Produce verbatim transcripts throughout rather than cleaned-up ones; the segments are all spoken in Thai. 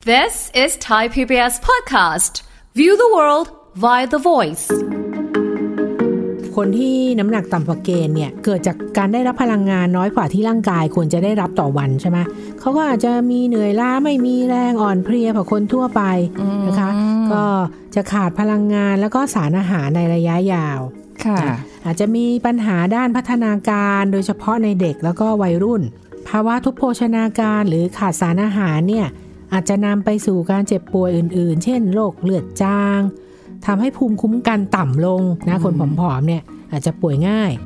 This is Thai พี บี เอส podcast. View the world via the voice. คนที่น้ำหนักต่ำกว่าเกณฑ์เนี่ยเกิดจากการได้รับพลังงานน้อยกว่าที่ร่างกายควรจะได้รับต่อวันใช่ไหมเขาก็อาจจะมีเหนื่อยล้าไม่มีแรงอ่อนเพลียกว่าคนทั่วไปนะคะก็จะขาดพลังงานแล้วก็สารอาหารในระยะยาวอาจจะมีปัญหาด้านพัฒนาการโดยเฉพาะในเด็กแล้วก็วัยรุ่นภาวะทุพโภชนาการหรือขาดสารอาหารเนี่ยอาจจะนำไปสู่การเจ็บป่วยอื่นๆเช่นโรคเลือดจางทำให้ภูมิคุ้มกันต่ำลงนะคนผอมๆเนี่ยอาจจะป่วยง่าย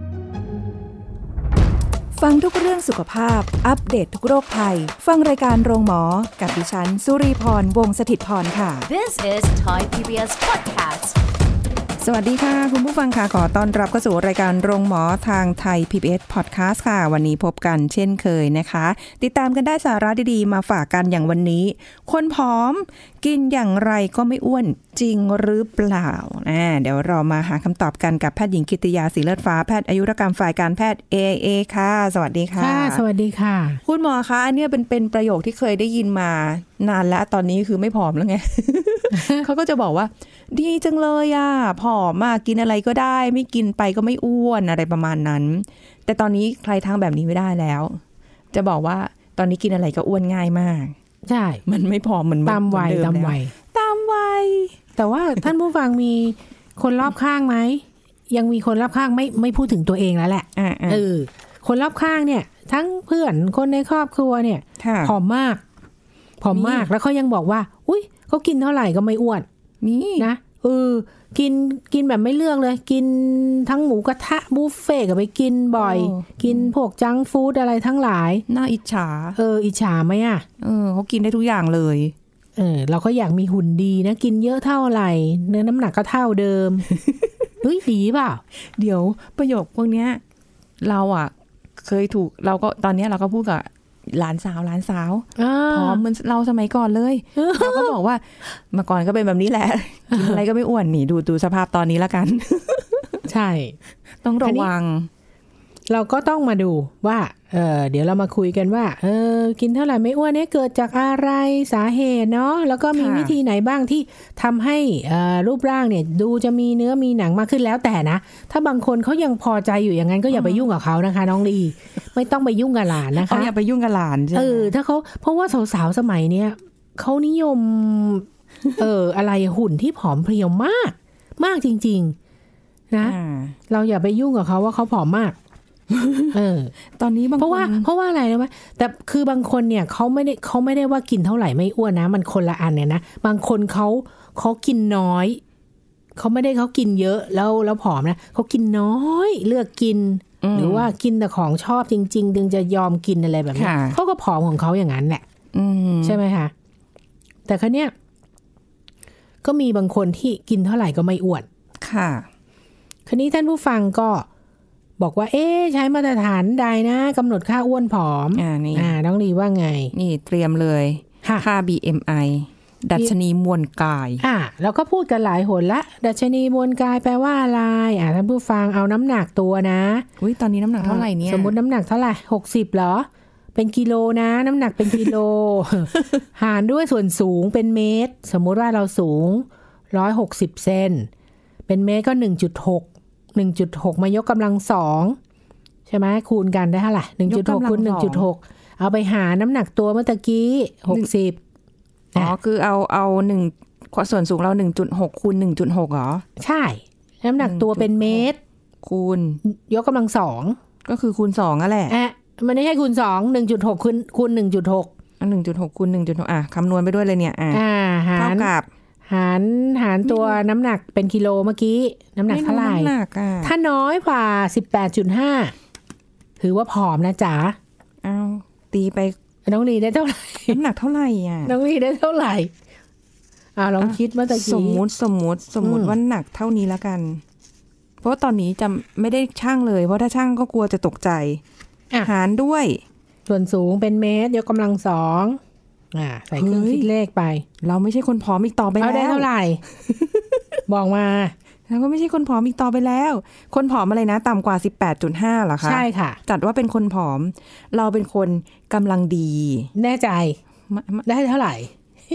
ฟังทุกเรื่องสุขภาพอัปเดต ท, ทุกโรคภัยฟังรายการโรงหมอกับดิฉันสุรีพรวงศ์สถิตย์พรค่ะ This is Thai พี บี เอส podcast. สวัสดีค่ะคุณผู้ฟังค่ะขอต้อนรับเข้าสู่รายการโรงหมอทางไทย พี บี เอส Podcast ค่ะวันนี้พบกันเช่นเคยนะคะติดตามกันได้สาระดีๆมาฝากกันอย่างวันนี้คนผอมกินอย่างไรก็ไม่อ้วนจริงหรือเปล่าอ่าเดี๋ยวเรามาหาคำตอบกันกับแพทย์หญิงกิตติยาศรีเลิศฟ้าแพทย์อายุรกรรมฝ่ายการแพทย์ เอ เอ ค่ะสวัสดีค่ะค่ะสวัสดีค่ะคุณหมอคะอันนี้เป็นเป็นประโยคที่เคยได้ยินมานานแล้วตอนนี้คือไม่ผอมแล้วไง เขาก็จะบอกว่าดีจังเลยอ่ะผอมอ่ะกินอะไรก็ได้ไม่กินไปก็ไม่อ้วนอะไรประมาณนั้นแต่ตอนนี้ใครทางแบบนี้ไม่ได้แล้วจะบอกว่าตอนนี้กินอะไรก็อ้วนง่ายมากใช่มันไม่ผอมเหมือนตามวัยตามวัยตามวัยแต่ว่าท่านผู้ฟังมีคนรอบข้างไหมยังมีคนรอบข้างไม่ไม่พูดถึงตัวเองแล้วแหละเออคนรอบข้างเนี่ยทั้งเพื่อนคนในครอบครัวเนี่ยผอมมากผอมมากแล้วเขายังบอกว่าอุ้ยเขากินเท่าไหร่ก็ไม่อ้วนนี่นะเออกินกินแบบไม่เลือกเลยกินทั้งหมูกระทะบุฟเฟ่ก็ไปกินบ่อยกินพวกจังก์ฟู้ดอะไรทั้งหลายน่าอิจฉาเอออิจฉาไหมอ่ะเออเขากินได้ทุกอย่างเลยเออเราก็อยากมีหุ่นดีนะกินเยอะเท่าไหร่เนื้อน้ำหนักก็เท่าเดิม เฮ้ยดีเปล่าเดี๋ยวประโยคพวกเนี้ยเราอ่ะเคยถูกเราก็ตอนนี้เราก็พูดกับหลานสาวหลานสาวพร้อมเหมือนเราสมัยก่อนเลยเราก็บอกว่าเมื่อก่อนก็เป็นแบบนี้แหละกินอะไรก็ไม่อ้วนนี่ดูดูสภาพตอนนี้ละกันใช่ต้องระวังเราก็ต้องมาดูว่าเออเดี๋ยวเรามาคุยกันว่าเออกินเท่าไหร่ไม่อ้วนเนี่ยเกิดจากอะไรสาเหตุเนาะแล้วก็มีวิธีไหนบ้างที่ทำให้รูปร่างเนี่ยดูจะมีเนื้อมีหนังมากขึ้นแล้วแต่นะถ้าบางคนเขายังพอใจอยู่อย่างนั้นก็อย่าไปยุ่งกับเขานะคะน้องลีไม่ต้องไปยุ่งกับหลานนะคะเขาอย่าไปยุ่งกับหลานใช่ไหมเออถ้าเขาเพราะว่าสาวๆสมัยเนี้ยเขานิยมเอออะไรหุ่นที่ผอมเพรียวมากมากจริงๆนะเราอย่าไปยุ่งกับเขาว่าเขาผอมมากเออตอนนี้บางคนเพราะว่าเพราะว่าอะไรรู้ไหมแต่คือบางคนเนี่ยเขาไม่ได้เขาไม่ได้ว่ากินเท่าไหร่ไม่อ้วนนะมันคนละอันเนี่ยนะบางคนเขาเขากินน้อยเขาไม่ได้เขากินเยอะแล้วแล้วผอมนะเขากินน้อยเลือกกินหรือว่ากินแต่ของชอบจริงๆถึงจะยอมกินอะไรแบบนี้เขาก็ผอมของเขาอย่างนั้นแหละใช่ไหมคะแต่ครั้งเนี้ยก็มีบางคนที่กินเท่าไหร่ก็ไม่อ้วนค่ะครั้นี้ท่านผู้ฟังก็บอกว่าเอ๊ะใช้มาตรฐานใดนะกำหนดค่าอ้วนผอมอ่านี่อ่าน้องลีว่าไงนี่เตรียมเลยค่า บี เอ็ม ไอ ดัชนีมวลกายอ่าเราก็พูดกันหลายหนละดัชนีมวลกายแปลว่าอะไรอ่าท่านผู้ฟังเอาน้ำหนักตัวนะอุ้ยตอนนี้น้ำหนักเท่าไหร่เนี่ยสมมุติน้ำหนักเท่าไหร่หกสิบเหรอเป็นกิโลนะน้ำหนักเป็นกิโล หารด้วยส่วนสูงเป็นเมตรสมมุติว่าเราสูงหนึ่งร้อยหกสิบเซนเป็นเมตรก็ หนึ่งจุดหกหนึ่งจุดหก มายกกำลังสองใช่ไหมคูณกันได้เท่าไหร่ หนึ่งจุดหก คูณ หนึ่งจุดหก เอาไปหาน้ำหนักตัวเมื่อตะกี้หกสิบอ๋อคือเอาเอาหนึ่งส่วนสูงเรา หนึ่งจุดหก คูณ หนึ่งจุดหก เหรอใช่น้ำหนักตัวเป็นเมตรคูณยกกำลังสองก็คือคูณสองนั่นแหละอ่ะมันไม่ใช่คูณสอง หนึ่งจุดหก คูณคูณ หนึ่งจุดหกอ่ะ หนึ่งจุดหก คูณ หนึ่งจุดหก อ่ะคำนวณไปด้วยเลยเนี่ยอ่ะเท่ากับหารหารตัวน้ำหนักเป็นกิโลเมื่อกี้น้ำหนักเท่าไหร่ถ้าน้อยกว่า สิบแปดจุดห้า ถือว่าผอมนะจ๊ะอ้าวตีไปน้องลีได้เท่าไหร่น้ำหนักเท่าไหร่อ่ะน้องลีได้เท่าไหร่อ่าลองคิดเมื่อกี้สมมุติสมมุติสมมุติว่าหนักเท่านี้แล้วกันเพราะตอนนี้จะไม่ได้ชั่งเลยเพราะถ้าชั่งก็กลัวจะตกใจหารด้วยส่วนสูงเป็นเมตรยกกำลังสองอ่าใส่เครื่องคิดเลขไปเราไม่ใช่คนผอมอีกต่อไปแล้วได้เท่าไหร่ บอกมาเราก็ไม่ใช่คนผอมอีกต่อไปแล้วคนผอมอะไรนะต่ำกว่า สิบแปดจุดห้า เหรอคะใช่ค่ะจัดว่าเป็นคนผอมเราเป็นคนกำลังดีแน่ใจได้เท่าไหร่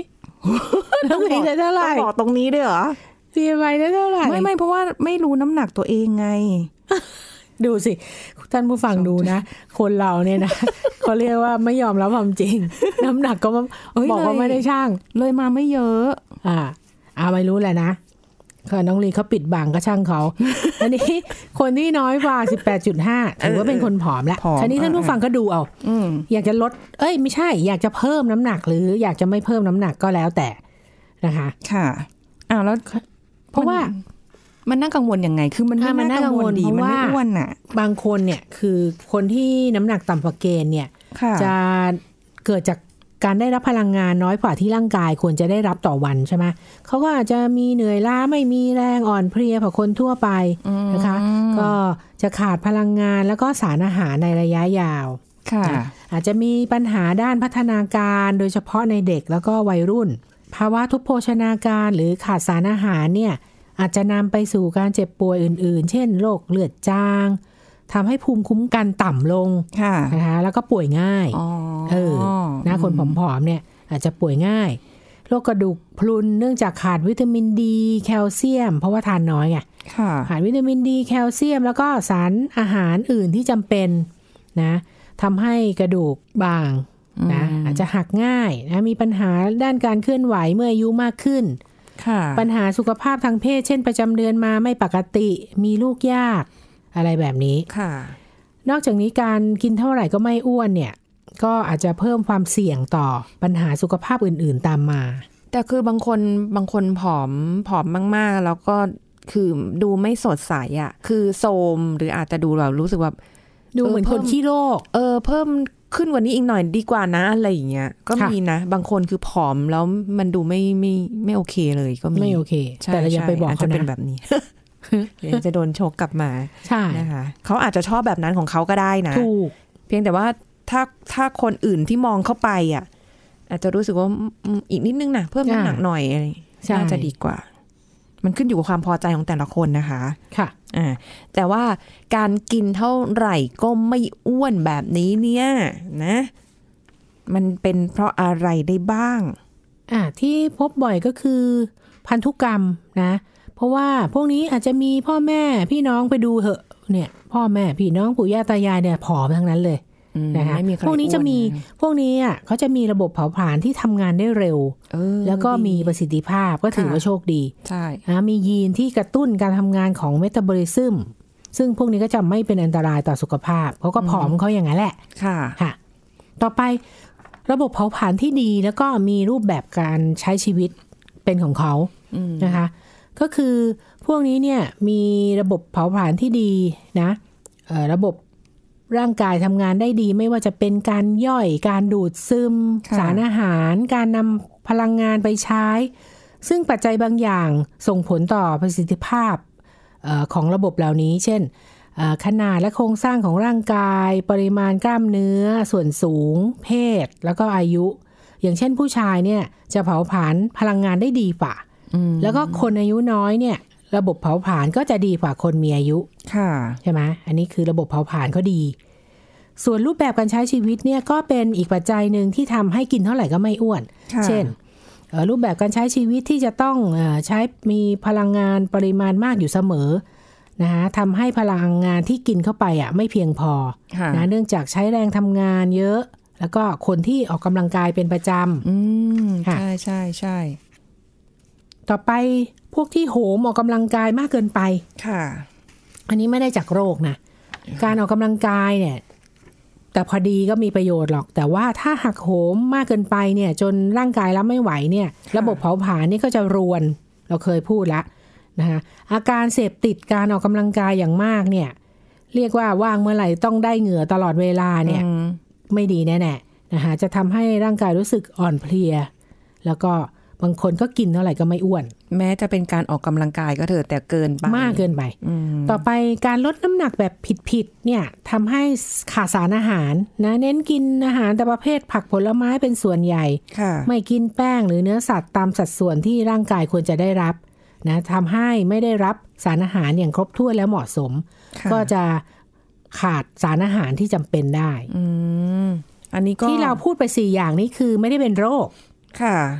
ต้องมีได้เท่าไหร่บอกตรงนี้ด้วยเหรอที เอ็ม ไอ ได้เท่าไหร่ไม่ไม่เพราะว่าไม่รู้น้ำหนักตัวเองไงดูสิท่านผู้ฟังดูนะคนเราเนี่ยนะเขาเรียกว่าไม่ยอมรับความจริงน้ำหนักก็บอกว่าไม่ได้ช่างเลยมาไม่เยอะอ่าอ่าไม่รู้แหละนะค่ะน้องลีเขาปิดบังก็ช่างเขา อันนี้คนที่น้อยกว่า สิบแปดจุดห้า ถือว่าเป็นคนผอมแล้วคราวนี้ท่านผู้ฟังก็ดูเอาอยากจะลดเอ้ยไม่ใช่อยากจะเพิ่มน้ำหนักหรืออยากจะไม่เพิ่มน้ำหนักก็แล้วแต่นะคะค่ะอ้าวแล้วเพราะว่ามันน่ากังวลยังไงคือมันไม่น่ากังวลดีมันไม่อ้วนน่ะบางคนเนี่ยคือคนที่น้ำหนักต่ำกว่าเกณฑ์เนี่ยจะเกิดจากการได้รับพลังงานน้อยกว่าที่ร่างกายควรจะได้รับต่อวันใช่ไหมเขาก็อาจจะมีเหนื่อยล้าไม่มีแรงอ่อนเพลียกว่าคนทั่วไปนะคะก็จะขาดพลังงานแล้วก็สารอาหารในระยะยาวอาจจะมีปัญหาด้านพัฒนาการโดยเฉพาะในเด็กแล้วก็วัยรุ่นภาวะทุพโภชนาการหรือขาดสารอาหารเนี่ยอาจจะนำไปสู่การเจ็บป่วยอื่นๆเช่นโรคเลือดจางทำให้ภูมิคุ้มกันต่ำลงนะคะแล้วก็ป่วยง่ายเออนะคนผอมๆเนี่ยอาจจะป่วยง่ายโรคกระดูกพรุนเนื่องจากขาดวิตามินดีแคลเซียมเพราะว่าทานน้อยไงขาดวิตามินดีแคลเซียมแล้วก็สารอาหารอื่นที่จำเป็นนะทำให้กระดูกบางนะอาจจะหักง่ายนะมีปัญหาด้านการเคลื่อนไหวเมื่ออายุมากขึ้นปัญหาสุขภาพทางเพศเช่นประจำเดือนมาไม่ปกติมีลูกยากอะไรแบบนี้นอกจากนี้การกินเท่าไหร่ก็ไม่อ้วนเนี่ยก็อาจจะเพิ่มความเสี่ยงต่อปัญหาสุขภาพอื่นๆตามมาแต่คือบางคนบางคนผอมผอมมากๆแล้วก็คือดูไม่สดใสอ่ะคือโทรมหรืออาจจะดูแบบรู้สึกแบบดูเหมือนคนขี้โรคเออเพิ่มขึ้นกว่านี้อีกหน่อยดีกว่านะอะไรอย่างเงี้ยก็มีนะบางคนคือผอมแล้วมันดูไม่ไม่ไม่โอเคเลยก็มีไม่โอเคแต่เราอย่าไปบอกเขาจะเป็นแบบนี้เดี๋ยวจะโดนโชกกลับมาใช่นะคะเขาอาจจะชอบแบบนั้นของเขาก็ได้นะถูกเพียงแต่ว่าถ้าถ้าคนอื่นที่มองเข้าไปอ่ะอาจจะรู้สึกว่าอีกนิดนึงนะเพิ่มน้ำหนักหน่อยอะไรน่าจะดีกว่ามันขึ้นอยู่กับความพอใจของแต่ละคนนะคะค่ะอ่าแต่ว่าการกินเท่าไหร่ก็ไม่อ้วนแบบนี้เนี่ยนะมันเป็นเพราะอะไรได้บ้างอ่าที่พบบ่อยก็คือพันธุกรรมนะเพราะว่าพวกนี้อาจจะมีพ่อแม่พี่น้องไปดูเหอะเนี่ยพ่อแม่พี่น้องปู่ย่าตายายเนี่ยผอมทั้งนั้นเลยนะคะพวกนี้จะมีพวกนี้อ่ะเขาจะมีระบบเผาผลาญที่ทำงานได้เร็วแล้วก็มีประสิทธิภาพก็ถือว่าโชคดีใช่มียีนที่กระตุ้นการทำงานของเมตาบอลิซึมซึ่งพวกนี้ก็จะไม่เป็นอันตรายต่อสุขภาพเขาก็ผอมเขาอย่างนั้นแหละค่ะค่ะต่อไประบบเผาผลาญที่ดีแล้วก็มีรูปแบบการใช้ชีวิตเป็นของเขานะคะก็คือพวกนี้เนี่ยมีระบบเผาผลาญที่ดีนะระบบร่างกายทำงานได้ดีไม่ว่าจะเป็นการย่อยการดูดซึมสารอาหารการนำพลังงานไปใช้ซึ่งปัจจัยบางอย่างส่งผลต่อประสิทธิภาพของระบบเหล่านี้เช่นขนาดและโครงสร้างของร่างกายปริมาณกล้ามเนื้อส่วนสูงเพศแล้วก็อายุอย่างเช่นผู้ชายเนี่ยจะเผาผลาญพลังงานได้ดีกว่าแล้วก็คนอายุน้อยเนี่ยระบบเผาผลาญก็จะดีกว่าคนมีอายุใช่ไหมอันนี้คือระบบเผาผลาญเขาดีส่วนรูปแบบการใช้ชีวิตเนี่ยก็เป็นอีกปัจจัยหนึ่งที่ทำให้กินเท่าไหร่ก็ไม่อ้วนเช่นรูปแบบการใช้ชีวิตที่จะต้องใช้มีพลังงานปริมาณมากอยู่เสมอนะคะทำให้พลังงานที่กินเข้าไปอ่ะไม่เพียงพอนะเนื่องจากใช้แรงทำงานเยอะแล้วก็คนที่ออกกำลังกายเป็นประจำใช่ใช่ใช่ต่อไปพวกที่โหมออกกำลังกายมากเกินไปค่ะอันนี้ไม่ได้จากโรคนะการออกกำลังกายเนี่ยแต่พอดีก็มีประโยชน์หรอกแต่ว่าถ้าหักโหมมากเกินไปเนี่ยจนร่างกายรับไม่ไหวเนี่ยระบบเผาผลาญนี่ก็จะรวนเราเคยพูดแล้วนะคะอาการเสพติดการออกกำลังกายอย่างมากเนี่ยเรียกว่าว่างเมื่อไหร่ต้องได้เหงื่อตลอดเวลาเนี่ยไม่ดีแน่ๆนะคะจะทำให้ร่างกายรู้สึกอ่อนเพลียแล้วก็บางคนก็กินเท่าไหร่ก็ไม่อ้วนแม้จะเป็นการออกกำลังกายก็เถอะแต่เกินไปมากเกินไปต่อไปการลดน้ำหนักแบบผิดๆเนี่ยทำให้ขาดสารอาหารนะเน้นกินอาหารแต่ประเภทผักผลไม้เป็นส่วนใหญ่ไม่กินแป้งหรือเนื้อสัตว์ตามสัดส่วนที่ร่างกายควรจะได้รับนะทำให้ไม่ได้รับสารอาหารอย่างครบถ้วนและเหมาะสมก็จะขาดสารอาหารที่จำเป็นได้อืมอันนี้ก็ที่เราพูดไปสี่อย่างนี้คือไม่ได้เป็นโรคค่ะ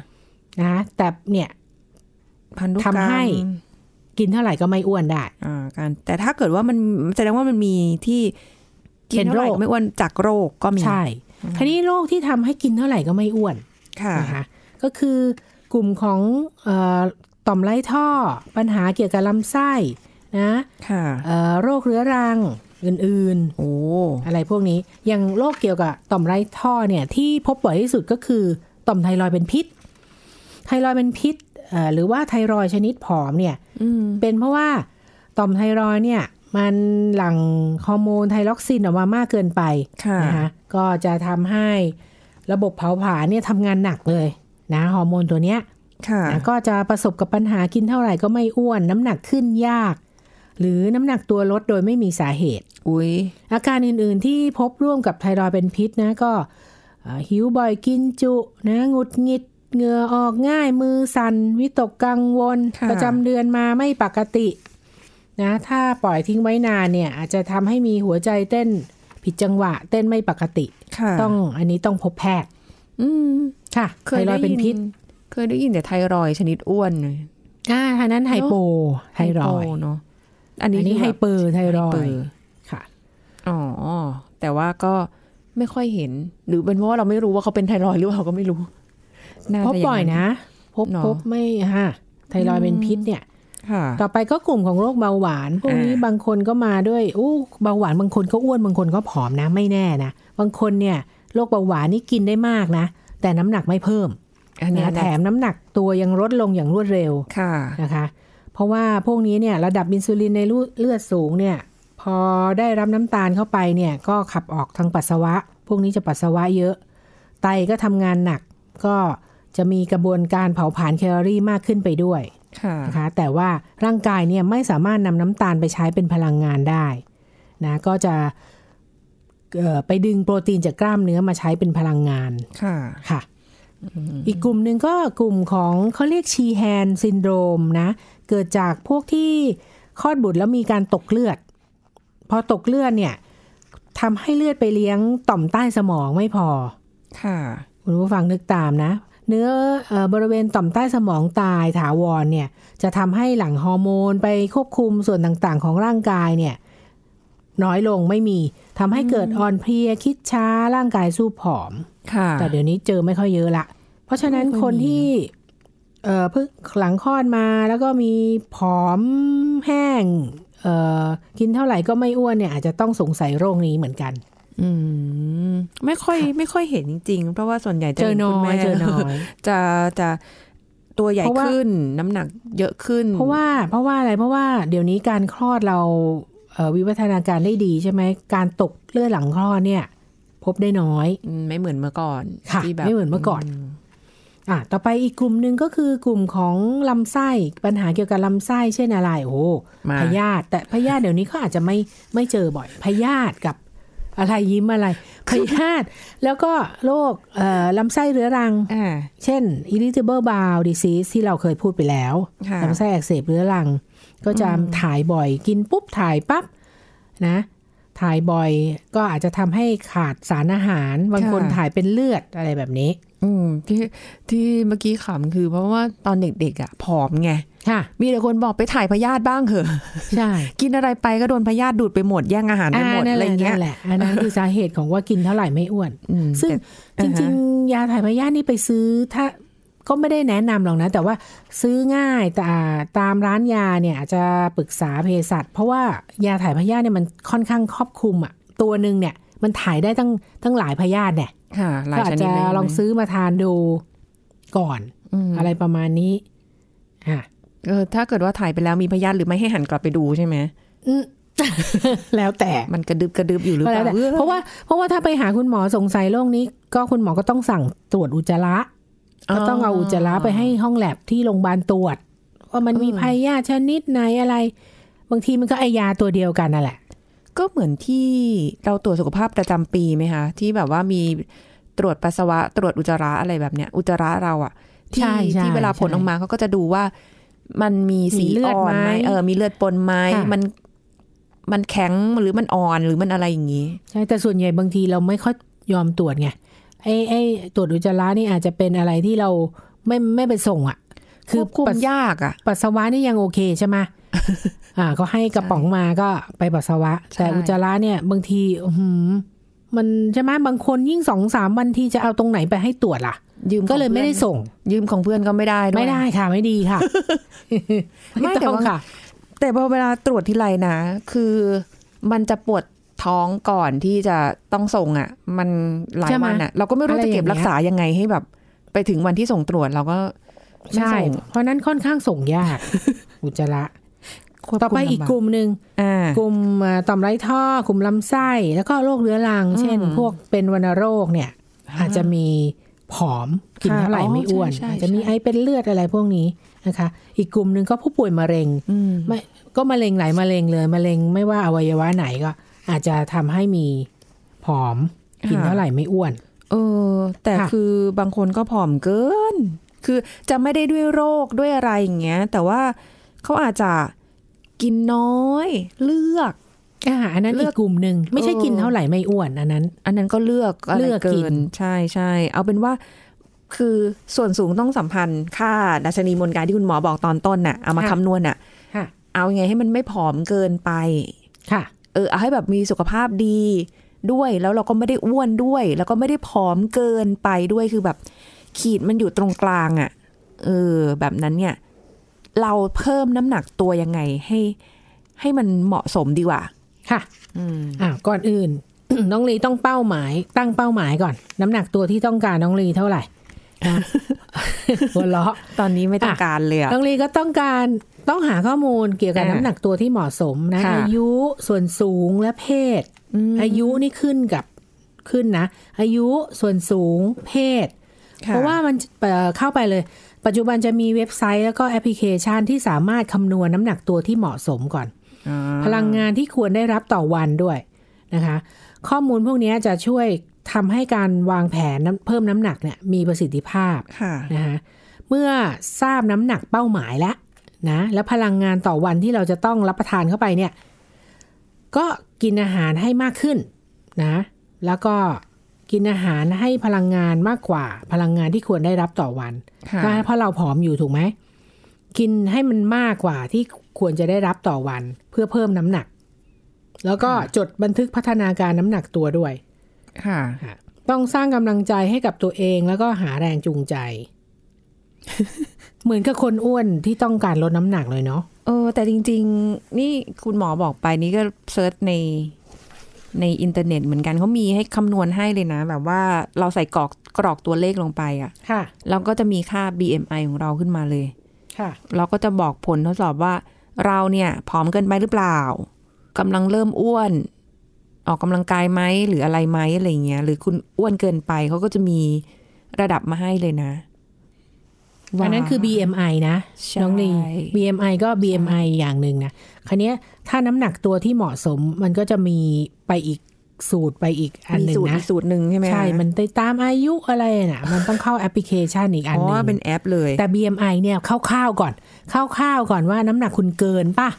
นะแต่เนี่ยพันธุกรรมทำให้กินเท่าไหร่ก็ไม่อ้วนได้อ่าการแต่ถ้าเกิดว่ามันแสดงว่ามันมีที่กินเท่าไหร่ก็ไม่อ้วนจากโรคก็มีใช่คราวนี้โรคที่ทำให้กินเท่าไหร่ก็ไม่อ้วนนะคะก็คือกลุ่มของเอ่อต่อมไร้ท่อปัญหาเกี่ยวกับลำไส้นะโรคเรื้อรังอื่นๆโอ้อะไรพวกนี้อย่างโรคเกี่ยวกับต่อมไร้ท่อเนี่ยที่พบบ่อยที่สุดก็คือต่อมไทรอยด์เป็นพิษไทรอยด์เป็นพิษหรือว่าไทรอยด์ชนิดผอมเนี่ยเป็นเพราะว่าต่อมไทรอยด์เนี่ยมันหลั่งฮอร์โมนไทรอกซินออกมามากเกินไปนะคะก็จะทำให้ระบบเผาผลาญเนี่ยทำงานหนักเลยนะฮอร์โมนตัวเนี้ยนะก็จะประสบกับปัญหากินเท่าไหร่ก็ไม่อ้วนน้ำหนักขึ้นยากหรือน้ำหนักตัวลดโดยไม่มีสาเหตุอุ๊ยอาการอื่นๆที่พบร่วมกับไทรอยด์เป็นพิษนะก็หิวบ่อยกินจุนะหงุดหงิดเหงื่อออกง่ายมือสั่นวิตกกังวลประจำเดือนมาไม่ปกตินะถ้าปล่อยทิ้งไว้นานเนี่ยอาจจะทำให้มีหัวใจเต้นผิดจังหวะเต้นไม่ปกติต้องอันนี้ต้องพบแพทย์อืมค่ะไทรอยด์เป็นพิษเคยได้ยินแต่ไทรอยด์ชนิดอ้วนเลยอ่าทางนั้นไฮโปไทรอยด์เนาะอันนี้ไฮเปอร์ไทรอยด์ค่ะอ๋อแต่ว่าก็ไม่ค่อยเห็นหรือเป็นเพราะว่าเราไม่รู้ว่าเขาเป็นไทรอยด์หรือเปล่าก็ไม่รู้พบบ่อยนะพบพบไม่ฮะไทรอยด์เป็นพิษเนี่ยต่อไปก็กลุ่มของโรคเบาหวานพวกนี้บางคนก็มาด้วยอู้เบาหวานบางคนก็อ้วนบางคนก็ผอมนะไม่แน่นะบางคนเนี่ยโรคเบาหวานนี่กินได้มากนะแต่น้ำหนักไม่เพิ่มนะแถมน้ำหนักตัวยังลดลงอย่างรวดเร็วนะคะเพราะว่าพวกนี้เนี่ยระดับอินซูลินในเลือดสูงเนี่ยพอได้รับน้ำตาลเข้าไปเนี่ยก็ขับออกทางปัสสาวะพวกนี้จะปัสสาวะเยอะไตก็ทำงานหนักก็จะมีกระบวนการเผาผลาญแคลอรี่มากขึ้นไปด้วยนะคะแต่ว่าร่างกายเนี่ยไม่สามารถนำน้ำตาลไปใช้เป็นพลังงานได้นะก็จะไปดึงโปรตีนจากกล้ามเนื้อมาใช้เป็นพลังงานค่ะค่ะอีกกลุ่มหนึ่งก็กลุ่มของเขาเรียกชีแฮนซินโดรมนะเกิดจากพวกที่คลอดบุตรแล้วมีการตกเลือดพอตกเลือดเนี่ยทำให้เลือดไปเลี้ยงต่อมใต้สมองไม่พอค่ะคุณผู้ฟังนึกตามนะเนื้อเอ่อบริเวณต่อมใต้สมองตายถาวรเนี่ยจะทำให้หลั่งฮอร์โมนไปควบคุมส่วนต่างๆของร่างกายเนี่ยน้อยลงไม่มีทำให้เกิดอ่อนเพลียคิดช้าร่างกายสู้ผอมแต่เดี๋ยวนี้เจอไม่ค่อยเยอะละเพราะฉะนั้นคนที่เอ่อเพิ่งหลังคลอดมาแล้วก็มีผอมแห้งเอ่อกินเท่าไหร่ก็ไม่อ้วนเนี่ยอาจจะต้องสงสัยโรคนี้เหมือนกันอืมไม่ค่อยไม่ค่อยเห็นจริงๆเพราะว่าส่วนใหญ่จะเจอน้อยเจอน้อยจะจะตัวใหญ่ขึ้นน้ำหนักเยอะขึ้นเพราะว่าเพราะว่าอะไรเพราะว่าเดี๋ยวนี้การคลอดเราเอ่อวิวัฒนาการได้ดีใช่ไหมการตกเลือดหลังคลอดเนี่ยพบได้น้อยไม่เหมือนเมื่อก่อนที่แบบไม่เหมือนเมื่อก่อนอ่ะต่อไปอีกกลุ่มนึงก็คือกลุ่มของลำไส้ปัญหาเกี่ยวกับลำไส้เช่นอะไรโอ้พยาธิแต่พยาธิเดี๋ยวนี้เขาอาจจะไม่ไม่เจอบ่อยพยาธิกับอะไรยิ้มอะไรพยาธิแล้วก็โรคลำไส้เรื้อรังเช่น irritable bowel disease ที่เราเคยพูดไปแล้วลำไส้อักเสบเรื้อรังก็จะถ่ายบ่อยกินปุ๊บถ่ายปั๊บนะถ่ายบ่อยก็อาจจะทำให้ขาดสารอาหารบางคนถ่ายเป็นเลือดอะไรแบบนี้อืมที่ที่เมื่อกี้ขำคือเพราะว่าตอนเด็กๆอ่ะผอมไงค่ะมีแต่คนบอกไปถ่ายพยาธิบ้างเหอะใช่กินอะไรไปก็โดนพยาธิดูดไปหมดแย่งอาหารไปหมดอะไรเงี้ยนั่นแหละอันนั้นคือสาเหตุของว่ากินเท่าไหร่ไม่อ้วนซึ่งจริงๆยาถ่ายพยาธินี่ไปซื้อถ้าก็ไม่ได้แนะนำหรอกนะแต่ว่าซื้อง่ายแต่ตามร้านยาเนี่ยอาจจะปรึกษาเภสัชเพราะว่ายาถ่ายพยาธิเนี่ยมันค่อนข้างครอบคลุมอ่ะตัวนึงเนี่ยมันถ่ายได้ตั้งตั้งหลายพยาธิเนี่ยก็อาจจะลองซื้อมาทานดูก่อนอะไรประมาณนี้อ่ะเออถ้าเกิดว่าถ่ายไปแล้วมีพยาธิหรือไม่ให้หันกลับไปดูใช่ไหมแล้วแต่มันกระดึบกระดึบอยู่หรือเปล่าเพราะว่าเพราะว่าถ้าไปหาคุณหมอสงสัยโรคนี้ก็คุณหมอก็ต้องสั่งตรวจอุจจาระก็ต้องเอาอุจจาระไปให้ห้องแลบที่โรงพยาบาลตรวจว่ามันมีพยาธิชนิดไหนอะไรบางทีมันก็ไอยาตัวเดียวกันนั่นแหละก็เหมือนที่เราตรวจสุขภาพประจำปีไหมคะที่แบบว่ามีตรวจปัสสาวะตรวจอุจจาระอะไรแบบเนี้ยอุจจาระเราอะที่ที่เวลาผลออกมาเขาก็จะดูว่ามันมีสีอ่อนไหมเออมีเลือดปนไหมมันมันแข็งหรือมันอ่อนหรือมันอะไรอย่างงี้ใช่แต่ส่วนใหญ่บางทีเราไม่ค่อยยอมตรวจไงไอ้ไอ้ตรวจอุจจาระนี่อาจจะเป็นอะไรที่เราไม่ไม่ไปส่งอ่ะคือคุมยากอ่ะปัสสาวะนี่ยังโอเคใช่ไหม อ่าก็ให้กระป๋องมาก็ไปปัสสาวะแต่อุจจาระเนี่ยบางทีอืมมันใช่ไหมบางคนยิ่งสองสามวันทีจะเอาตรงไหนไปให้ตรวจล่ะก็เลยไม่ได้ส่งยืมของเพื่อนก็ไม่ได้ด้วยไม่ได้ค่ะไม่ดีค่ะไม่แต่ว่าแต่พอเวลาตรวจทีไรนะคือมันจะปวดท้องก่อนที่จะต้องส่งอ่ะมันหลายวันอ่ะเราก็ไม่รู้จะเก็บรักษายังไงให้แบบไปถึงวันที่ส่งตรวจเราก็ใช่เพราะนั้นค่อนข้างส่งยาก อุจจาระต่อไปอีกกลุ่มหนึ่งกลุ่มต่อมไร้ท่อกลุ่มลำไส้แล้วก็โรคเรื้อรังเช่นพวกเป็นวัณโรคเนี่ยอาจจะมีผอมกินเท่าไหร่ไม่อ้วนอาจจะมีไอเป็นเลือดอะไรพวกนี้นะคะอีกกลุ่มหนึ่งก็ผู้ป่วยมะเร็งไม่ก็มะเร็งหลายมะเร็งเลยมะเร็งไม่ว่าอวัยวะไหนก็อาจจะทำให้มีผอมกินเท่าไหร่ไม่อ้วนเออแต่คือบางคนก็ผอมเกินคือจะไม่ได้ด้วยโรคด้วยอะไรอย่างเงี้ยแต่ว่าเขาอาจจะกินน้อยเลือกอ่าอันนั้นอีกกลุ่มหนึ่งไม่ใช่กินเท่าไหร่ไม่อ้วนอันนั้นอันนั้นก็เลือกเลือกกินใช่ใช่เอาเป็นว่าคือส่วนสูงต้องสัมพันธ์ค่าดัชนีมวลกายที่คุณหมอบอกตอนต้นน่ะเอามาคำนวณน่ะเอาไงให้มันไม่ผอมเกินไปค่ะเออเอาให้แบบมีสุขภาพดีด้วยแล้วเราก็ไม่ได้อ้วนด้วยแล้วก็ไม่ได้ผอมเกินไปด้วยคือแบบขีดมันอยู่ตรงกลางอ่ะเออแบบนั้นเนี่ยเราเพิ่มน้ำหนักตัวยังไงให้ให้มันเหมาะสมดีกว่าค่ะอืมอ่าก่อนอื่น น้องลีต้องเป้าหมายตั้งเป้าหมายก่อนน้ำหนักตัวที่ต้องการน้องลีเท่าไหร่หัวเราะตอนนี้ไม่ต้องการเลยน้องลีก็ต้องการต้องหาข้อมูลเกี่ยวกับน้ำหนักตัวที่เหมาะสมนะอายุส่วนสูงและเพศอายุนี่ขึ้นกับขึ้นนะอายุส่วนสูงเพศเพราะว่ามันเข้าไปเลยปัจจุบันจะมีเว็บไซต์แล้วก็แอปพลิเคชันที่สามารถคำนวณน้ำหนักตัวที่เหมาะสมก่อนพลังงานที่ควรได้รับต่อวันด้วยนะคะข้อมูลพวกนี้จะช่วยทำให้การวางแผนเพิ่มน้ำหนักเนี่ยมีประสิทธิภาพนะคะเมื่อทราบน้ำหนักเป้าหมายแล้วนะแล้วพลังงานต่อวันที่เราจะต้องรับประทานเข้าไปเนี่ยก็กินอาหารให้มากขึ้นนะแล้วก็กินอาหารให้พลังงานมากกว่าพลังงานที่ควรได้รับต่อวันเพราะเราผอมอยู่ถูกไหมกินให้มันมากกว่าที่ควรจะได้รับต่อวันเพื่อเพิ่มน้ำหนักแล้วก็จดบันทึกพัฒนาการน้ำหนักตัวด้วยค่ะต้องสร้างกำลังใจให้กับตัวเองแล้วก็หาแรงจูงใจ เหมือนกับคนอ้วนที่ต้องการลดน้ำหนักเลยเนาะเออแต่จริงๆนี่คุณหมอบอกไปนี่ก็เซิร์ชในในอินเทอร์เน็ตเหมือนกันเขามีให้คำนวณให้เลยนะแบบว่าเราใส่กรอกกรอกตัวเลขลงไปอ่ะค่ะเราก็จะมีค่า บี เอ็ม ไอ ของเราขึ้นมาเลยค่ะเราก็จะบอกผลทดสอบว่าเราเนี่ยผอมเกินไปหรือเปล่ากำลังเริ่มอ้วนออกกำลังกายไหมหรืออะไรไหมอะไรเงี้ยหรือคุณอ้วนเกินไปเขาก็จะมีระดับมาให้เลยนะอันนั้นคือ บี เอ็ม ไอ นะน้องลี บี เอ็ม ไอ ก็ บี เอ็ม ไอ อย่างหนึ่งนะคราวนี้ถ้าน้ำหนักตัวที่เหมาะสมมันก็จะมีไปอีกสูตรไปอีกอันหนึ่งนะสูตรหนึ่งใช่ไหมใช่มันไปตามอายุอะไรน่ะมันต้องเข้าแอปพลิเคชันอีกอันนึงอ๋อเป็นแอปเลยแต่ บี เอ็ม ไอ เนี่ยคร่าวๆก่อนคร่าวๆก่อนว่าน้ำหนักคุณเกินป่ะ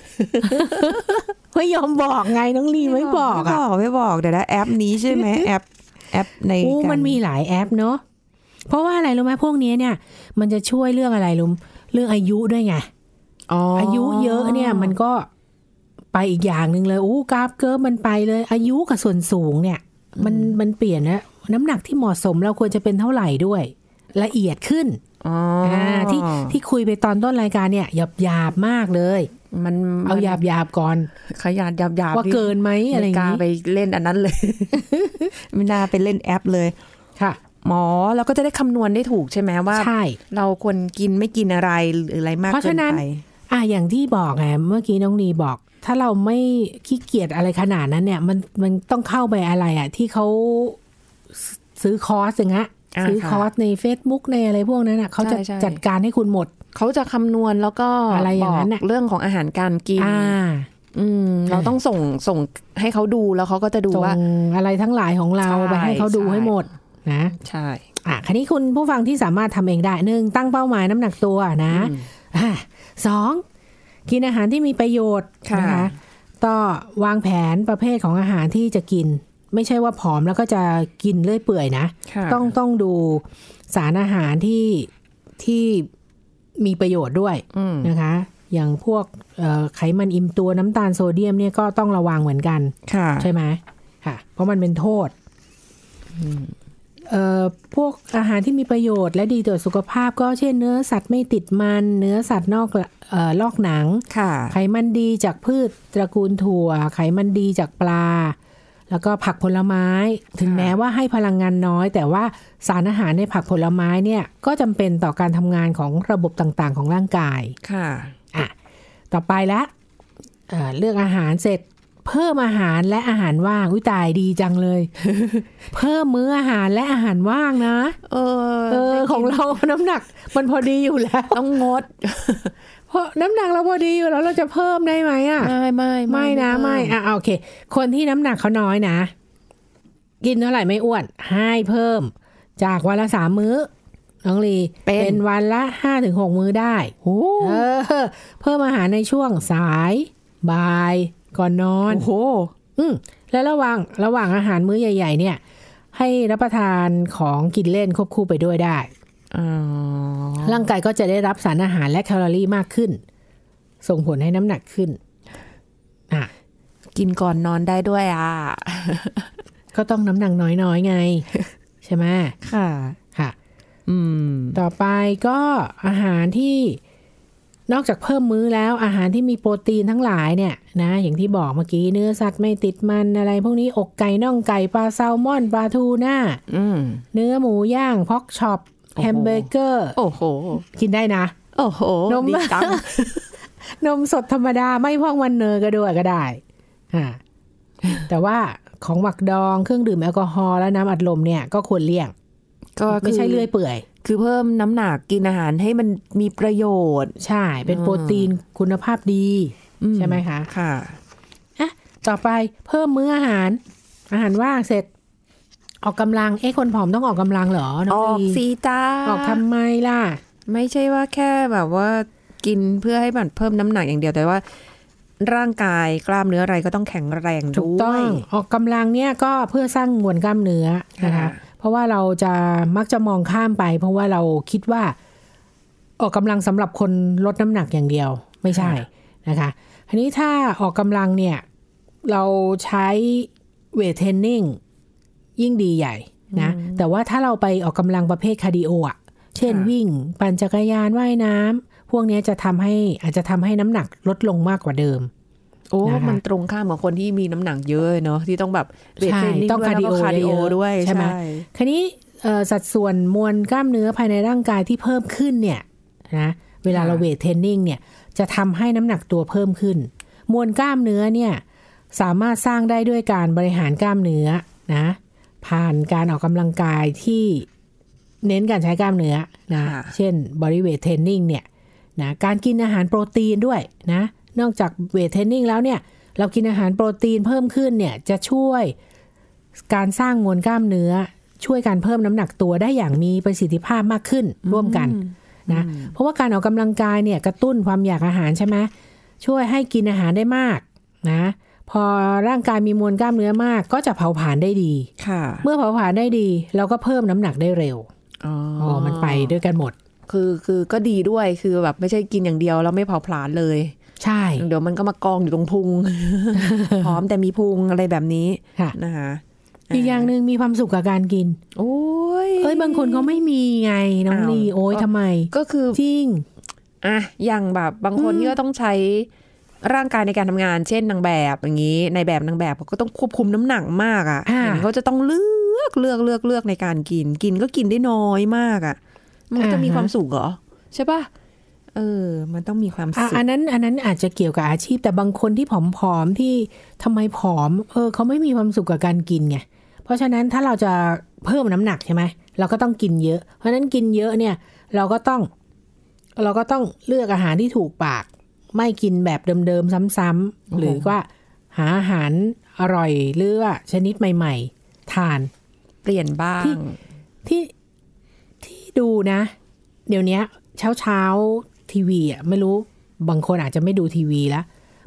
ไม่ยอมบอกไงน้องลีไม่บอกอ่ะไม่บอกเดี๋ยวนะแอปนี้ใช่ไหมแอปแอปในโอ้มันมีหลายแอปเนาะเพราะว่าอะไรรู้ไหมพวกนี้เนี่ยมันจะช่วยเรื่องอะไรรู้เรื่องอายุด้วยไงอ๋ออายุเยอะเนี่ยมันก็ไปอีกอย่างนึงเลยโอ้กราฟเกิร์ฟมันไปเลยอายุกับส่วนสูงเนี่ยมันมันเปลี่ยนนะน้ำหนักที่เหมาะสมเราควรจะเป็นเท่าไหร่ด้วยละเอียดขึ้นอ๋อที่ที่คุยไปตอนต้นรายการเนี่ยหยาบหยาบมากเลยมันเอาหยาบหยาบก่อนขยันหยาบหยาบว่าเกินไหมอะไรอย่างนี้ไปเล่นอันนั้นเลย ไม่น่าไปเล่นแอปเลยค่ะหมอเราก็จะได้คำนวณได้ถูกใช่ไหมว่าเราควรกินไม่กินอะไรหรืออะไรมากเกินไปเพราะฉะนั้นอ่ะอย่างที่บอกไงเมื่อกี้น้องนีบอกถ้าเราไม่ขี้เกียจอะไรขนาดนั้นเนี่ยมันมันต้องเข้าไปอะไรอ่ะที่เขาซื้อคอร์สอย่างเงี้ยซื้อคอร์สใน Facebook ในอะไรพวกนั้นอ่ะเขาจะจัดการให้คุณหมดเขาจะคำนวณแล้วก็อะไรอย่างนั้นเรื่องของอาหารการกินอืมเราต้องส่งส่งให้เขาดูแล้วเขาก็จะดูว่าอะไรทั้งหลายของเราไปให้เขาดูให้หมดนะใช่อ่ะคันนี้คุณผู้ฟังที่สามารถทำเองได้หนึ่งตั้งเป้าหมายน้ำหนักตัวนะอ่ะสองกินอาหารที่มีประโยชน์นะคะต่อวางแผนประเภทของอาหารที่จะกินไม่ใช่ว่าผอมแล้วก็จะกินเลื่อยเปื่อยนะต้องต้องดูสารอาหารที่ที่มีประโยชน์ด้วยนะคะอย่างพวกไขมันอิ่มตัวน้ำตาลโซเดียมเนี่ยก็ต้องระวังเหมือนกันใช่ไหมค่ะเพราะมันเป็นโทษเอ่อพวกอาหารที่มีประโยชน์และดีต่อสุขภาพก็เช่นเนื้อสัตว์ไม่ติดมันเนื้อสัตว์นอกเอ่อลอกหนังไขมันดีจากพืชตระกูลถั่วไขมันดีจากปลาแล้วก็ผักผลไม้ถึงแม้ว่าให้พลังงานน้อยแต่ว่าสารอาหารในผักผลไม้เนี่ยก็จำเป็นต่อการทำงานของระบบต่างๆของร่างกายค่ะอ่ะต่อไปละเอ่อเลือกอาหารเสร็จเพิ่มอาหารและอาหารว่างอุ้ยตายดีจังเลย เพิ่มมื้ออาหารและอาหารว่างนะเออเออของเราน้ำหนักมันพอดีอยู่แล้วต้องงดเพราะน้ำหนักเราพอดีอยู่แล้วเราจะเพิ่มได้ไหมอ่ะไม่ไม่ไม่นะไม่อ่ะโอเคคนที่น้ำหนักเขาน้อยนะกินเท่าไหร่ไม่อ้วนให้เพิ่มจากวันละสามมื้อน้องลีเป็นวันละห้าถึงหกมื้อได้โอ้เออเพิ่มอาหารในช่วงสายบ่ายก่อนนอนโอ้โหอืมแล้วระหว่างระหว่างอาหารมื้อใหญ่ๆเนี่ยให้รับประทานของกินเล่นควบคู่ไปด้วยได้ร่างกายก็จะได้รับสารอาหารและแคลอรี่มากขึ้นส่งผลให้น้ำหนักขึ้นอ่ะกินก่อนนอนได้ด้วยอ่ะก็ต้องน้ำหนักน้อยๆไงใช่ไหมค่ะค่ะอืมต่อไปก็อาหารที่นอกจากเพิ่มมื้อแล้วอาหารที่มีโปรตีนทั้งหลายเนี่ยนะอย่างที่บอกเมื่อกี้เนื้อสัตว์ไม่ติดมันอะไรพวกนี้อกไก่น่องไก่ปลาแซลมอนปลาทูน่าเนื้อหมูย่างพ็อกช็อปแฮมเบอร์เกอร์โอ้โหกินได้นะโอ้โหนมจังนมสดธรรมดาไม่พอกมันเนยก็ด้วยก็ได้อ่าแต่ว่าของหมักดองเครื่องดื่มแอลกอฮอล์และน้ำอัดลมเนี่ยก็ควรเลี่ยงก็ไม่ใช่เลื่อยเปื่อยคือเพิ่มน้ำหนักกินอาหารให้มันมีประโยชน์ใช่เป็นโปรตีนคุณภาพดีใช่ไหมคะค่ะอ่ะต่อไปเพิ่มมื้ออาหารอาหารว่างเสร็จออกกำลังเอ๊ะคนผอมต้องออกกำลังเหรอออกสิจ้าออกทำไมล่ะไม่ใช่ว่าแค่แบบว่ากินเพื่อให้มันเพิ่มน้ำหนักอย่างเดียวแต่ว่าร่างกายกล้ามเนื้ออะไรก็ต้องแข็งแรงด้วยถูกต้องออกกำลังเนี่ยก็เพื่อสร้างมวลกล้ามเนื้อนะคะเพราะว่าเราจะมักจะมองข้ามไปเพราะว่าเราคิดว่าออกกำลังสำหรับคนลดน้ำหนักอย่างเดียวไม่ใช่นะคะทีนี้ถ้าออกกำลังเนี่ยเราใช้เวทเทรนนิ่งยิ่งดีใหญ่นะแต่ว่าถ้าเราไปออกกำลังประเภทคาร์ดิโออ่ะเช่นวิ่งปั่นจักรยานว่ายน้ำพวกนี้จะทำให้อาจจะทำให้น้ำหนักลดลงมากกว่าเดิมโอ้มันตรงข้ามกับคนที่มีน้ำหนักเยอะเนาะที่ต้องแบบเวทเทรนนิ่งด้วยแล้วก็คาร์ดิโอด้วยใช่ไหมคราวนี้สัดส่วนมวลกล้ามเนื้อภายในร่างกายที่เพิ่มขึ้นเนี่ยนะเวลาเราเวทเทรนนิ่งเนี่ยจะทำให้น้ำหนักตัวเพิ่มขึ้นมวลกล้ามเนื้อเนี่ยสามารถสร้างได้ด้วยการบริหารกล้ามเนื้อนะผ่านการออกกำลังกายที่เน้นการใช้กล้ามเนื้อนะเช่นบริเวทเทรนนิ่งเนี่ยนะการกินอาหารโปรตีนด้วยนะนอกจากเวทเทรนนิ่งแล้วเนี่ยเรากินอาหารโปรตีนเพิ่มขึ้นเนี่ยจะช่วยการสร้างมวลกล้ามเนื้อช่วยการเพิ่มน้ำหนักตัวได้อย่างมีประสิทธิภาพมากขึ้นร่วมกันนะเพราะว่าการออกกำลังกายเนี่ยกระตุ้นความอยากอาหารใช่ไหมช่วยให้กินอาหารได้มากนะพอร่างกายมีมวลกล้ามเนื้อมากก็จะเผาผลาญได้ดีเมื่อเผาผลาญได้ดีเราก็เพิ่มน้ำหนักได้เร็วอ๋อมันไปด้วยกันหมดคือคือก็ดีด้วยคือแบบไม่ใช่กินอย่างเดียวแล้วไม่เผาผลาญเลยใช่เดี๋ยวมันก็มากองอยู่ตรงพุง พร้อมแต่มีพุงอะไรแบบนี้นะคะอีกอย่างนึงมีความสุขกับการกินโอ้ยเอ้ยบางคนเขาไม่มีไงน้องลีโอ้ยทำไมก็คือจริงอ่ะอย่างแบบบางคนที่ก็ต้องใช้ร่างกายในการทำงานเช่นนางแบบอย่างนี้ในแบบนางแบบเขาก็ต้องควบคุมน้ำหนักมากอ่ะเขาจะต้องเลือกเลือกเลือกเลือกในการกินกินก็กินได้น้อยมากอ่ะมันจะมีความสุขเหรอใช่ป่ะเออมันต้องมีความสุขอันนั้นอันนั้นอาจจะเกี่ยวกับอาชีพแต่บางคนที่ผอมๆที่ทำไมผอมเออเขาไม่มีความสุขกับการกินไงเพราะฉะนั้นถ้าเราจะเพิ่มน้ำหนักใช่ไหมเราก็ต้องกินเยอะเพราะฉะนั้นกินเยอะเนี่ยเราก็ต้องเราก็ต้องเลือกอาหารที่ถูกปากไม่กินแบบเดิมๆซ้ำๆหรือว่าหาอาหารอร่อยหรือว่าชนิดใหม่ๆทานเปลี่ยนบ้างที่ที่ที่ดูนะเดี๋ยวนี้เช้าเช้าทีวีอ่ะไม่รู้บางคนอาจจะไม่ดูทีวีแล้ว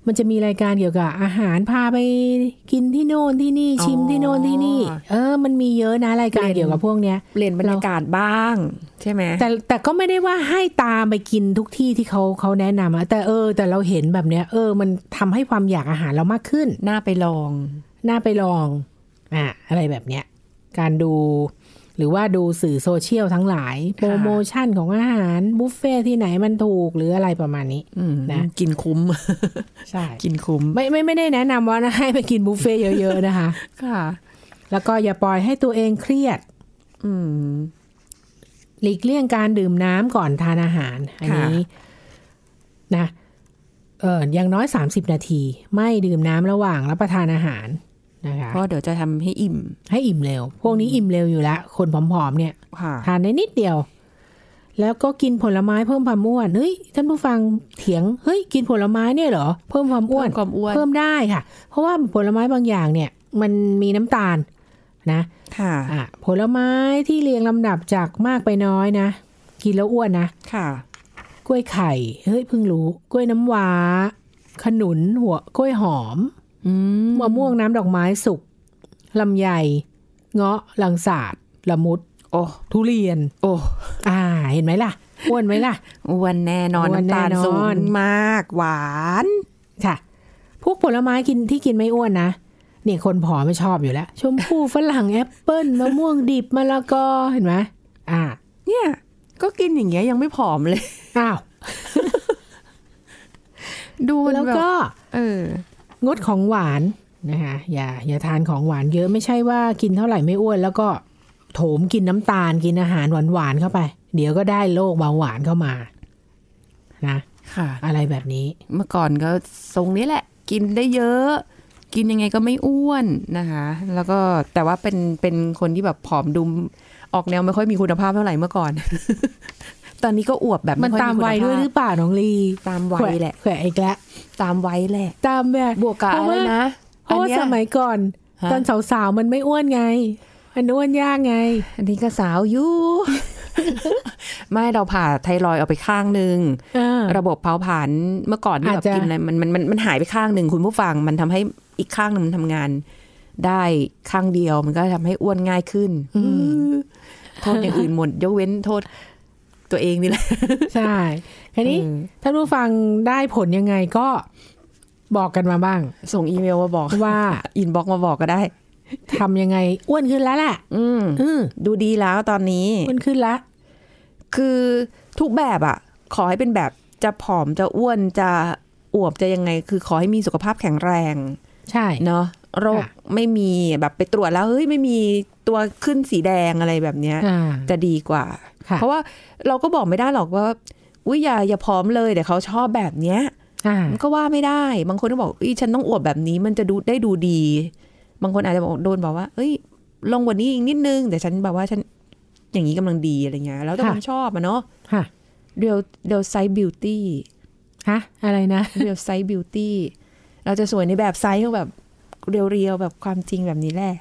มันจะมีรายการเกี่ยวกับอาหารพาไปกินที่โน่นที่นี่ชิมที่โน่นที่นี่เออมันมีเยอะนะรายการเกี่ยวกับพวกเนี้ยเปลี่ยนบรรยากาศบ้างใช่ไหมแต่แต่ก็ไม่ได้ว่าให้ตามไปกินทุกที่ที่เขาเขาแนะนำอะแต่เออแต่เราเห็นแบบเนี้ยเออมันทำให้ความอยากอาหารเรามากขึ้นน่าไปลองน่าไปลองอ่ะอะไรแบบเนี้ยการดูหรือว่าดูสื่อโซเชียลทั้งหลายโปรโมชั่นของอาหารบุฟเฟ่ที่ไหนมันถูกหรืออะไรประมาณนี้นะกินคุ้มใช่กินคุ้มไม่ไม่ไม่ได้แนะนำว่านะให้ไปกินบุฟเฟ่เยอะๆนะคะค่ะแล้วก็อย่าปล่อยให้ตัวเองเครียดอืมหลีกเลี่ยงการดื่มน้ำก่อนทานอาหารอันนี้นะเอออย่างน้อยสามสิบนาทีไม่ดื่มน้ำระหว่างรับประทานอาหารนะคะเพราะเดี๋ยวจะทำให้อิ่มให้อิ่มเร็วพวกนี้อิ่มเร็วอยู่แล้วคนผอมๆเนี่ยทานได้นิดเดียวแล้วก็กินผลไม้เพิ่มความอ้วนเฮ้ยท่านผู้ฟังเถียงเฮ้ยกินผลไม้เนี่ยเหรอเพิ่มความอ้วนเพิ่มได้ค่ะเพราะว่าผลไม้บางอย่างเนี่ยมันมีน้ำตาลนะค่ะอ่ะผลไม้ที่เรียงลำดับจากมากไปน้อยนะกินแล้วอ้วนนะค่ะกล้วยไข่เฮ้ยเพิ่งรู้กล้วยน้ำว้าขนุนหัวกล้วยหอมมะม่วงน้ำดอกไม้สุกลำไยเงาะลังสาดละมุดโอ้ทุเรียนโอ้อ่าเห็นไหมล่ะอ้วนไหมล่ะอ้วนแน่นอนน้ำตาลสูงมากหวานค่ะพวกผลไม้กินที่กินไม่อ้วนนะเนี่ยคนผอมไม่ชอบอยู่แล้วชมพู่ฝรั่งแอปเปิ้ลมะม่วงดิบมะละกอเห็นไหมอ่าเนี่ยก็กินอย่างเงี้ยยังไม่ผอมเลยอ้าวดูแล้วก็เอองดของหวานนะคะอย่าอย่าทานของหวานเยอะไม่ใช่ว่ากินเท่าไหร่ไม่อ้วนแล้วก็โถมกินน้ำตาลกินอาหารหวานๆเข้าไปเดี๋ยวก็ได้โรคเบาหวานเข้ามานะค่ะอะไรแบบนี้เมื่อก่อนก็ทรงนี้แหละกินได้เยอะกินยังไงก็ไม่อ้วนนะคะแล้วก็แต่ว่าเป็นเป็นคนที่แบบผอมดุมออกแนวไม่ค่อยมีคุณภาพเท่าไหร่เมื่อก่อน ตอนนี้ก็อวบแบบมันตามวัยด้วยหรือเปล่าน้องลีตามวัยแหละแขวะอีกแล้วตามวัยแหละตามแบบบวกกับอะไรนะเพราะว่าสมัยก่อนตอนสาวๆมันไม่อ้วนไงมันอ้วนยากไงอันนี้ก็สาวอยู่ ไม่เราผ่าไทรอยด์เอาไปข้างนึงระบบเผาผลาญเมื่อก่อนที่แบบกินอะไรมันมันมันมันหายไปข้างนึงคุณผู้ฟังมันทำให้อีกข้างนึงมันทำงานได้ข้างเดียวมันก็ทำให้อ้วนง่ายขึ้นโทษอย่างอื่นหมดยกเว้นโทษตัวเองนี่แหละใช่ทีนี้ถ้าผู้ฟังได้ผลยังไงก็บอกกันมาบ้างส่งอีเมลมาบอกว่าอินบ็อกซ์มาบอกก็ได้ทำยังไงอ้วนขึ้นแล้วแหละอืมดูดีแล้วตอนนี้อ้วนขึ้นแล้วคือทุกแบบอ่ะขอให้เป็นแบบจะผอมจะอ้วนจะอวบจะยังไงคือขอให้มีสุขภาพแข็งแรงใช่เนาะโรคไม่มีแบบไปตรวจแล้วเฮ้ยไม่มีตัวขึ้นสีแดงอะไรแบบเนี้ยจะดีกว่าเพราะว่าเราก็บอกไม่ได้หรอกว่าอุ้ยอย่าอย่าผอมเลยแต่เขาชอบแบบเนี้ยมันก็ว่าไม่ได้บางคนก็บอกอุ้ยฉันต้องอวบแบบนี้มันจะดูได้ดูดีบางคนอาจจะบอกโดนบอกว่าเอ้ยลงกว่านี้อีกนิดนึงแต่ฉันแบบว่าฉันอย่างนี้กำลังดีอะไรเงี้ยแล้วแต่คนชอบอะเนาะเรียลเรียลไซส์บิวตี้ฮะอะไรนะเรียลไซส์บิวตี้เราจะสวยในแบบไซส์แบบเรียวๆแบบความจริงแบบนี้แหละ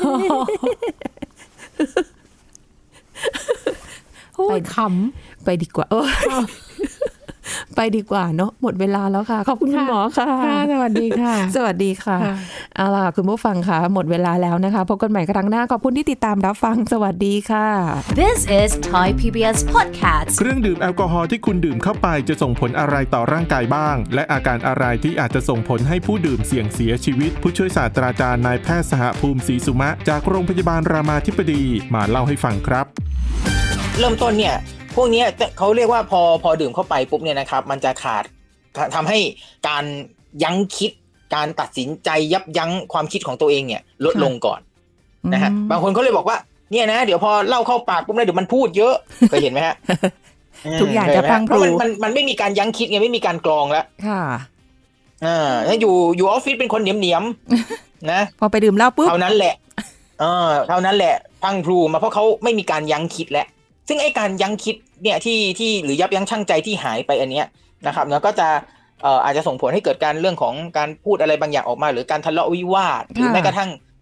ไปขำไปดีกว่าไปดีกว่าเนาะหมดเวลาแล้วค่ะขอบคุณคุณหมอค่ะสวัสดีค่ะสวัสดีค่ะเอาล่ะคุณผู้ฟังค่ะหมดเวลาแล้วนะคะพบกันใหม่ครั้งหน้าขอบคุณที่ติดตามรับฟังสวัสดีค่ะ This is Thai พี บี เอส Podcast เครื่องดื่มแอลกอฮอล์ที่คุณดื่มเข้าไปจะส่งผลอะไรต่อร่างกายบ้างและอาการอะไรที่อาจจะส่งผลให้ผู้ดื่มเสี่ยงเสียชีวิตผู้ช่วยศาสตราจารย์นายแพทย์สหภูมิศรีสุมะจากโรงพยาบาลรามาธิบดีมาเล่าให้ฟังครับเริ่มต้นเนี่ยพวกนี้เขาเรียกว่าพอพอดื่มเข้าไปปุ๊บเนี่ยนะครับมันจะขาดทำให้การยั้งคิดการตัดสินใจยับยั้งความคิดของตัวเองเนี่ยลดลงก่อนนะฮะบางคนเขาเลยบอกว่าเนี่ยนะเดี๋ยวพอเล่าเข้าปากปุ๊บเนี่ยเดี๋ยวมันพูดเยอะเคยเห็นไหมฮะทุกอย่างจะพังเพราะมันมันมันไม่มีการยั้งคิดไงไม่มีการกรองแล้วค่ะอ่าถ้าอยู่อยู่ออฟฟิศเป็นคนเหนียมเหนียมนะพอไปดื่มเหล้าปุ๊บเท่านั้นแหละเออเท่านั้นแหละพังพลูมาเพราะเขาไม่มีการยั้งคิดแล้วซึ่งไอ้การยั้งคิดเนี่ยที่ที่หรือยับยั้งชั่งใจที่หายไปอันเนี้ยนะครับแล้วก็จะเอ่ออาจจะส่งผลให้เกิดการเรื่องของการพูดอะไรบางอย่างออกมาหรือการทะเลาะวิวาทหรือแม้กระทั่ง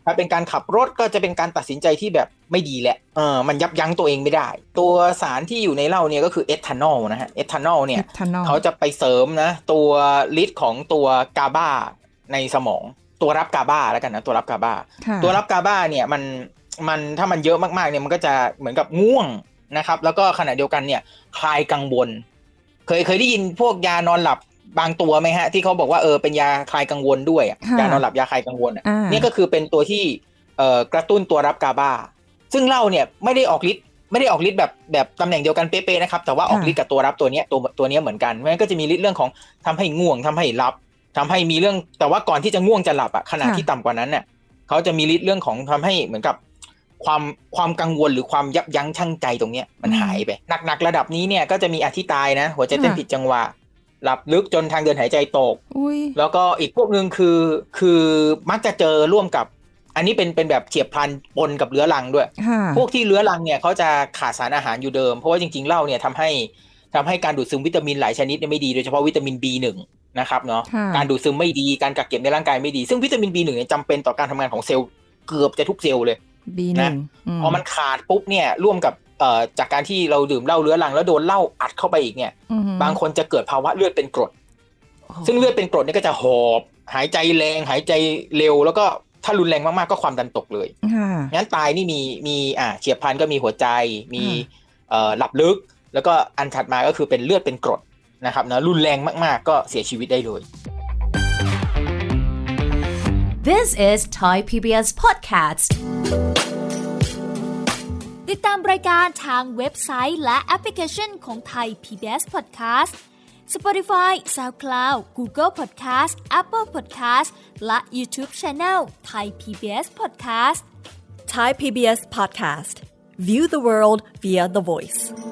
ถ้าเป็นการขับรถก็จะเป็นการตัดสินใจที่แบบไม่ดีแหละเออมันยับยั้งตัวเองไม่ได้ตัวสารที่อยู่ในเหล้าเนี่ยก็คือเอทานอลนะฮะเอทานอลเนี่ยเขาจะไปเสริมนะตัวฤทธิ์ของตัวกาบาในสมองตัวรับกาบาแล้วกันนะตัวรับกาบาตัวรับกาบาเนี่ยมันมันถ้ามันเยอะมากๆเนี่ยมันก็จะเหมือนกับง่วงนะครับแล้วก็ขณะเดียวกันเนี่ยคลายกังวลเคยเคยได้ยินพวกยานอนหลับบางตัวไหมฮะที่เขาบอกว่าเออเป็นยาคลายกังวลด้วยยานอนหลับยาคลายกังวลนี่ก็คือเป็นตัวที่เอ่อกระตุ้นตัวรับกาบาซึ่งเหล้าเนี่ยไม่ได้ออกฤทธิ์ไม่ได้ออกฤทธิ์แบบแบบตำแหน่งเดียวกันเป๊ะๆนะครับแต่ว่าออกฤทธิ์กับตัวรับตัวเนี้ยตัวตัวเนี้ยเหมือนกันเพราะฉะนั้นก็จะมีฤทธิ์เรื่องของทำให้ง่วงทำให้หลับทำให้มีเรื่องแต่ว่าก่อนที่จะง่วงจะหลับอ่ะขณะที่ต่ำกว่านั้นเนี่ยเขาจะมีฤทธิ์เรื่องของทำให้เหมือนกับความความกังวลหรือความยับยั้งชั่งใจตรงเนี้ยมันหายไปหนักๆระดับนี้เนี่ยก็จะมีอธิตายนะหัวใจเต้นผิดจังหวะหลับลึกจนทางเดินหายใจตกแล้วก็อีกพวกนึงคือคือมักจะเจอร่วมกับอันนี้เป็นเป็นแบบเฉียบพลันปนกับเรื้อรังด้วยพวกที่เรื้อรังเนี่ยเขาจะขาดสารอาหารอยู่เดิมเพราะว่าจริงๆเหล้าเนี่ยทำให้ทำให้การดูดซึมวิตามินหลายชนิดเนี่ยไม่ดีโดยเฉพาะวิตามิน บี หนึ่ง นะครับเนาะการดูดซึมไม่ดีการกักเก็บในร่างกายไม่ดีซึ่งวิตามิน บี หนึ่ง เนี่ยจำเป็นต่อการทำงานของเซลล์เกือบจะทุกเซลล์เลย บี หนึ่ง นะพอมันขาดปุ๊บเนี่ยร่วมกับเอ่อจากการที่เราดื่มเหล้าเรื้อรังแล้วโดนเหล้าอัดเข้าไปอีกเนี่ยบางคนจะเกิดภาวะเลือดเป็นกรดซึ่งเลือดเป็นกรดเนี่ยก็จะหอบหายใจแรงหายใจเร็วแล้วก็ถ้ารุนแรงมากๆก็ความดันตกเลยงั้นตายนี่มีมีอ่าเฉียบพลันก็มีหัวใจมีเอ่อหลับลึกแล้วก็อันถัดมาก็คือเป็นเลือดเป็นกรดนะครับนะรุนแรงมากๆก็เสียชีวิตได้เลย This is Thai พี บี เอส Podcast ติดตามรายการทางเว็บไซต์และแอปพลิเคชันของ Thai พี บี เอส Podcast Spotify, SoundCloud, Google Podcast, Apple Podcast และ YouTube Channel Thai พี บี เอส Podcast Thai พี บี เอส Podcast View the world via the voice